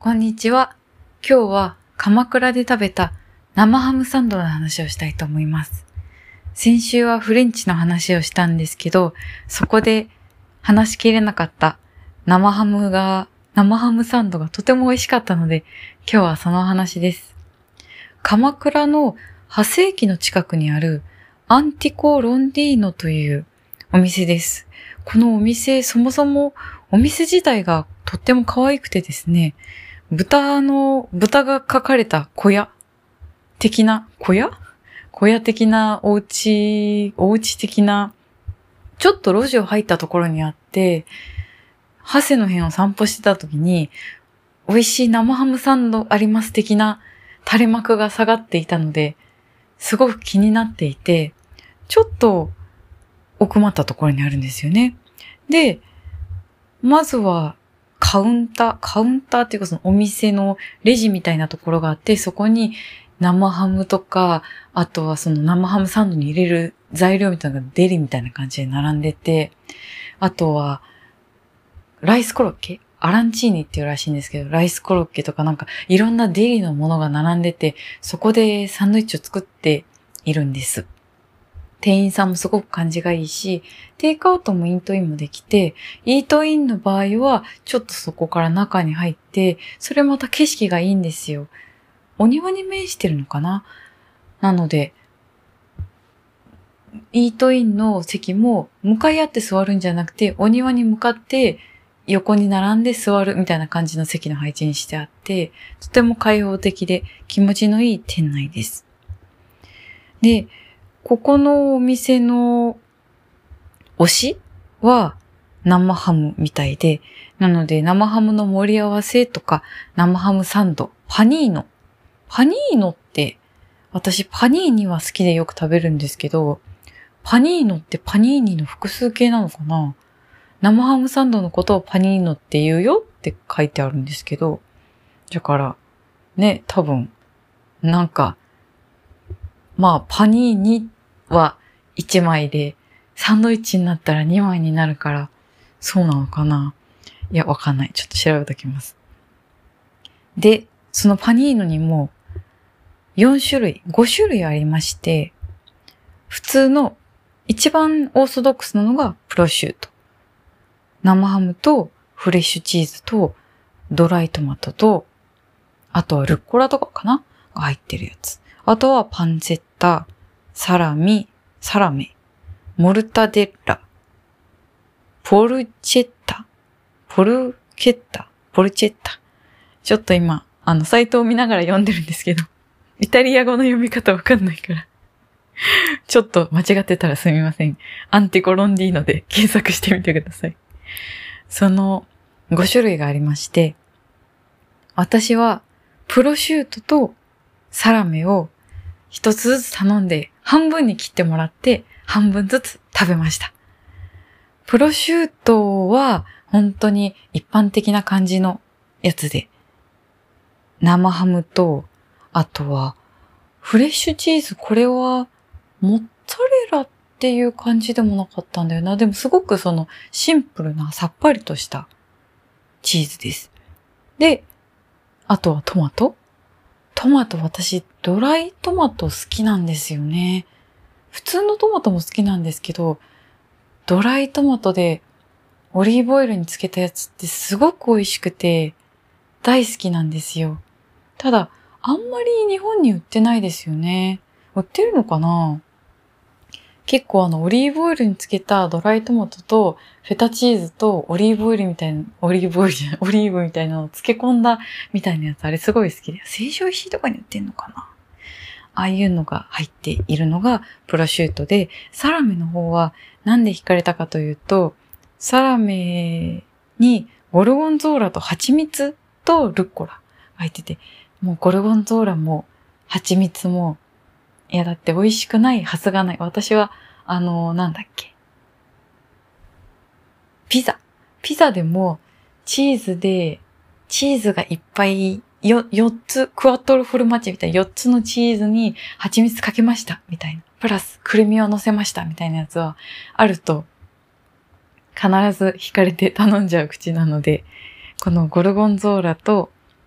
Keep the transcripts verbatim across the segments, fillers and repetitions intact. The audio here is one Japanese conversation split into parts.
こんにちは。今日は鎌倉で食べた生ハムサンドの話をしたいと思います。先週はフレンチの話をしたんですけど、そこで話しきれなかった生ハムが、生ハムサンドがとても美味しかったので、今日はその話です。鎌倉の派生期の近くにあるアンティコ・ロンディーノというお店です。このお店、そもそもお店自体がとっても可愛くてですね、豚の、豚が描かれた小屋的な、小屋小屋的なお家、お家的な、ちょっと路地を入ったところにあって、長谷の辺を散歩してた時に、美味しい生ハムサンドあります的な垂れ幕が下がっていたので、すごく気になっていて、ちょっと奥まったところにあるんですよね。で、まずはカウンター、カウンターっていうかそのお店のレジみたいなところがあって、そこに生ハムとか、あとはその生ハムサンドに入れる材料みたいなのがデリみたいな感じで並んでて、あとはライスコロッケアランチーニっていうらしいんですけど、ライスコロッケとかなんかいろんなデリのものが並んでて、そこでサンドイッチを作っているんです。店員さんもすごく感じがいいし、テイクアウトもイートインもできて、イートインの場合はちょっとそこから中に入って、それまた景色がいいんですよ。お庭に面してるのかな？なので、イートインの席も向かい合って座るんじゃなくて、お庭に向かって横に並んで座るみたいな感じの席の配置にしてあって、とても開放的で気持ちのいい店内です。で、ここのお店の推しは生ハムみたいで、なので生ハムの盛り合わせとか生ハムサンド、パニーノ。パニーノって私パニーニは好きでよく食べるんですけど、パニーノってパニーニの複数形なのかな？生ハムサンドのことをパニーノって言うよって書いてあるんですけど、だからね、多分なんかまあパニーニはいちまいで、サンドイッチになったらにまいになるから、そうなのかな？いや、わかんない。ちょっと調べておきます。で、そのパニーノにもよんしゅるい、ごしゅるいありまして、普通の一番オーソドックスなのがプロシュート。生ハムとフレッシュチーズとドライトマトと、あとはルッコラとかかなが入ってるやつ。あとはパンチェッタ、サラミ、サラメ、モルタデッラ、ポルチェッタ、ポルケッタ、ポルチェッタ。ちょっと今、あの、サイトを見ながら読んでるんですけど、イタリア語の読み方わかんないから、ちょっと間違ってたらすみません。アンティコロンディーノで検索してみてください。そのごしゅるいがありまして、私はプロシュートとサラメを一つずつ頼んで半分に切ってもらって半分ずつ食べました。プロシュートは本当に一般的な感じのやつで、生ハムと、あとはフレッシュチーズ、これはモッツァレラっていう感じでもなかったんだよな。でもすごくそのシンプルなさっぱりとしたチーズです。で、あとはトマト。トマト、私ドライトマト好きなんですよね。普通のトマトも好きなんですけど、ドライトマトでオリーブオイルにつけたやつってすごく美味しくて大好きなんですよ。ただ、あんまり日本に売ってないですよね。売ってるのかな？結構あのオリーブオイルにつけたドライトマトとフェタチーズとオリーブオイルみたいな、オリーブオイルじゃない、オリーブみたいなのを漬け込んだみたいなやつ、あれすごい好きで、成城石井とかに売ってんのかな？ああいうのが入っているのがプロシュートで、サラメの方はなんで惹かれたかというと、サラメにゴルゴンゾーラと蜂蜜とルッコラ入ってて、もうゴルゴンゾーラも蜂蜜も、いやだって美味しくないはずがない。私は、あの、なんだっけ。ピザ。ピザでも、チーズで、チーズがいっぱい、よ、よっつ、クワットロフォルマッジみたいなよっつのチーズに蜂蜜かけました、みたいな。プラス、くるみを乗せました、みたいなやつは、あると、必ず惹かれて頼んじゃう口なので、このゴルゴンゾーラと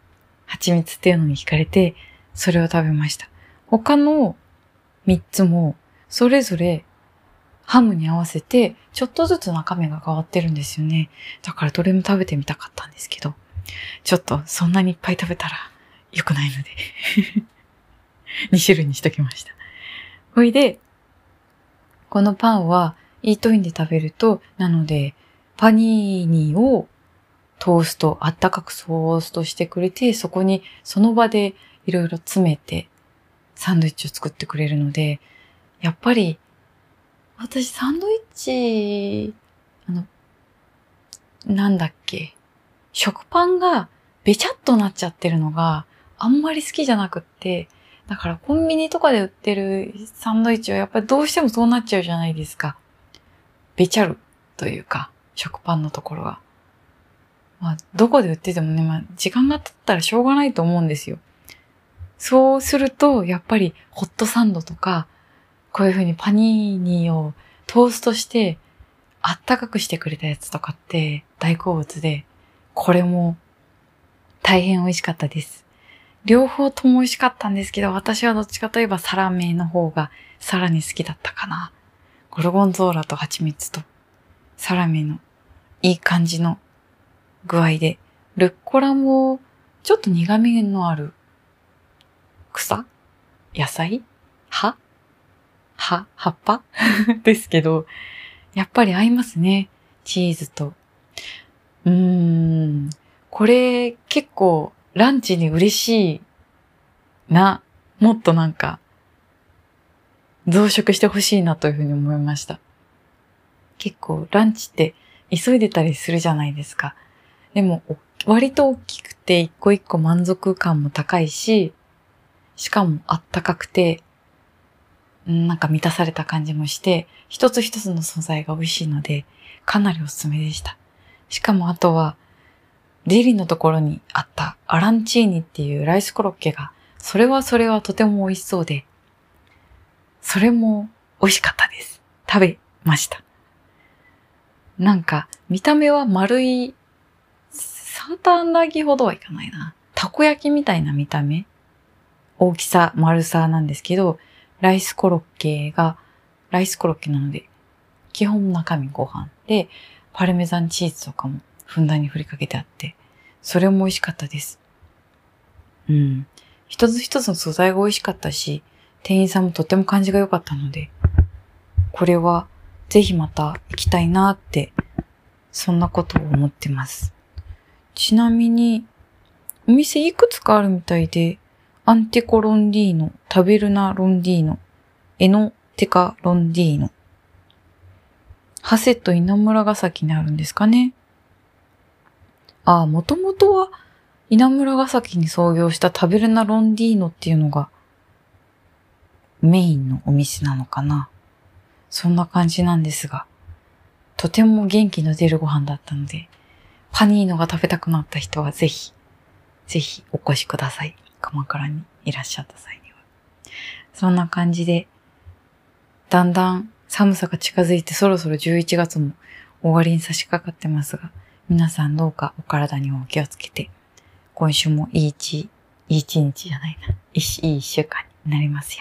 蜂蜜っていうのに惹かれて、それを食べました。他のみっつも、それぞれハムに合わせて、ちょっとずつ中身が変わってるんですよね。だからどれも食べてみたかったんですけど、ちょっとそんなにいっぱい食べたら良くないので、に種類にしときました。ほいで、このパンはイートインで食べると、なので、パニーニをトースト、あったかくトーストしてくれて、そこにその場でいろいろ詰めてサンドイッチを作ってくれるので、やっぱり私サンドイッチ、あの、なんだっけ、食パンがべちゃっとなっちゃってるのがあんまり好きじゃなくって、だからコンビニとかで売ってるサンドイッチはやっぱりどうしてもそうなっちゃうじゃないですか。べちゃるというか、食パンのところが。まあ、どこで売っててもね、まあ、時間が経ったらしょうがないと思うんですよ。そうすると、やっぱりホットサンドとか、こういう風にパニーニをトーストして、あったかくしてくれたやつとかって大好物で、これも大変美味しかったです。両方とも美味しかったんですけど、私はどっちかといえばサラメの方がさらに好きだったかな。ゴルゴンゾーラと蜂蜜とサラメのいい感じの具合で、ルッコラもちょっと苦味のある草野菜葉葉葉っぱですけど、やっぱり合いますね。チーズと。うーん。これ結構ランチに嬉しいな。もっとなんか増殖してほしいなというふうに思いました。結構ランチって急いでたりするじゃないですか。でも割と大きくて一個一個満足感も高いし、しかもあったかくて、なんか満たされた感じもして、一つ一つの素材が美味しいので、かなりおすすめでした。しかもあとは、デリのところにあったアランチーニっていうライスコロッケが、それはそれはとても美味しそうで、それも美味しかったです。食べました。なんか、見た目は丸い、サーターアンダギーほどはいかないな。たこ焼きみたいな見た目、大きさ、丸さなんですけど、ライスコロッケが、ライスコロッケなので、基本中身ご飯で、パルメザンチーズとかもふんだんに振りかけてあって、それも美味しかったです。うん。一つ一つの素材が美味しかったし、店員さんもとっても感じが良かったので、これはぜひまた行きたいなって、そんなことを思ってます。ちなみに、お店いくつかあるみたいで、アンテコロンディーノ、タベルナロンディーノ、エノテカロンディーノ。ハセと稲村ヶ崎にあるんですかね。ああ、もともとは稲村ヶ崎に創業したタベルナロンディーノっていうのがメインのお店なのかな。そんな感じなんですが、とても元気の出るご飯だったので、パニーノが食べたくなった人はぜひ、ぜひお越しください。鎌倉にいらっしゃった際には。そんな感じで、だんだん寒さが近づいてそろそろじゅういちがつも終わりに差し掛かってますが、皆さんどうかお体にもお気をつけて、今週もいい一、いい一日じゃないな、いい一週間になりますよ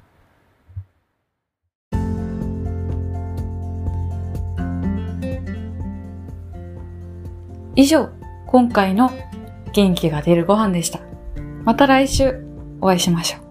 うに。以上、今回の元気が出るご飯でした。また来週お会いしましょう。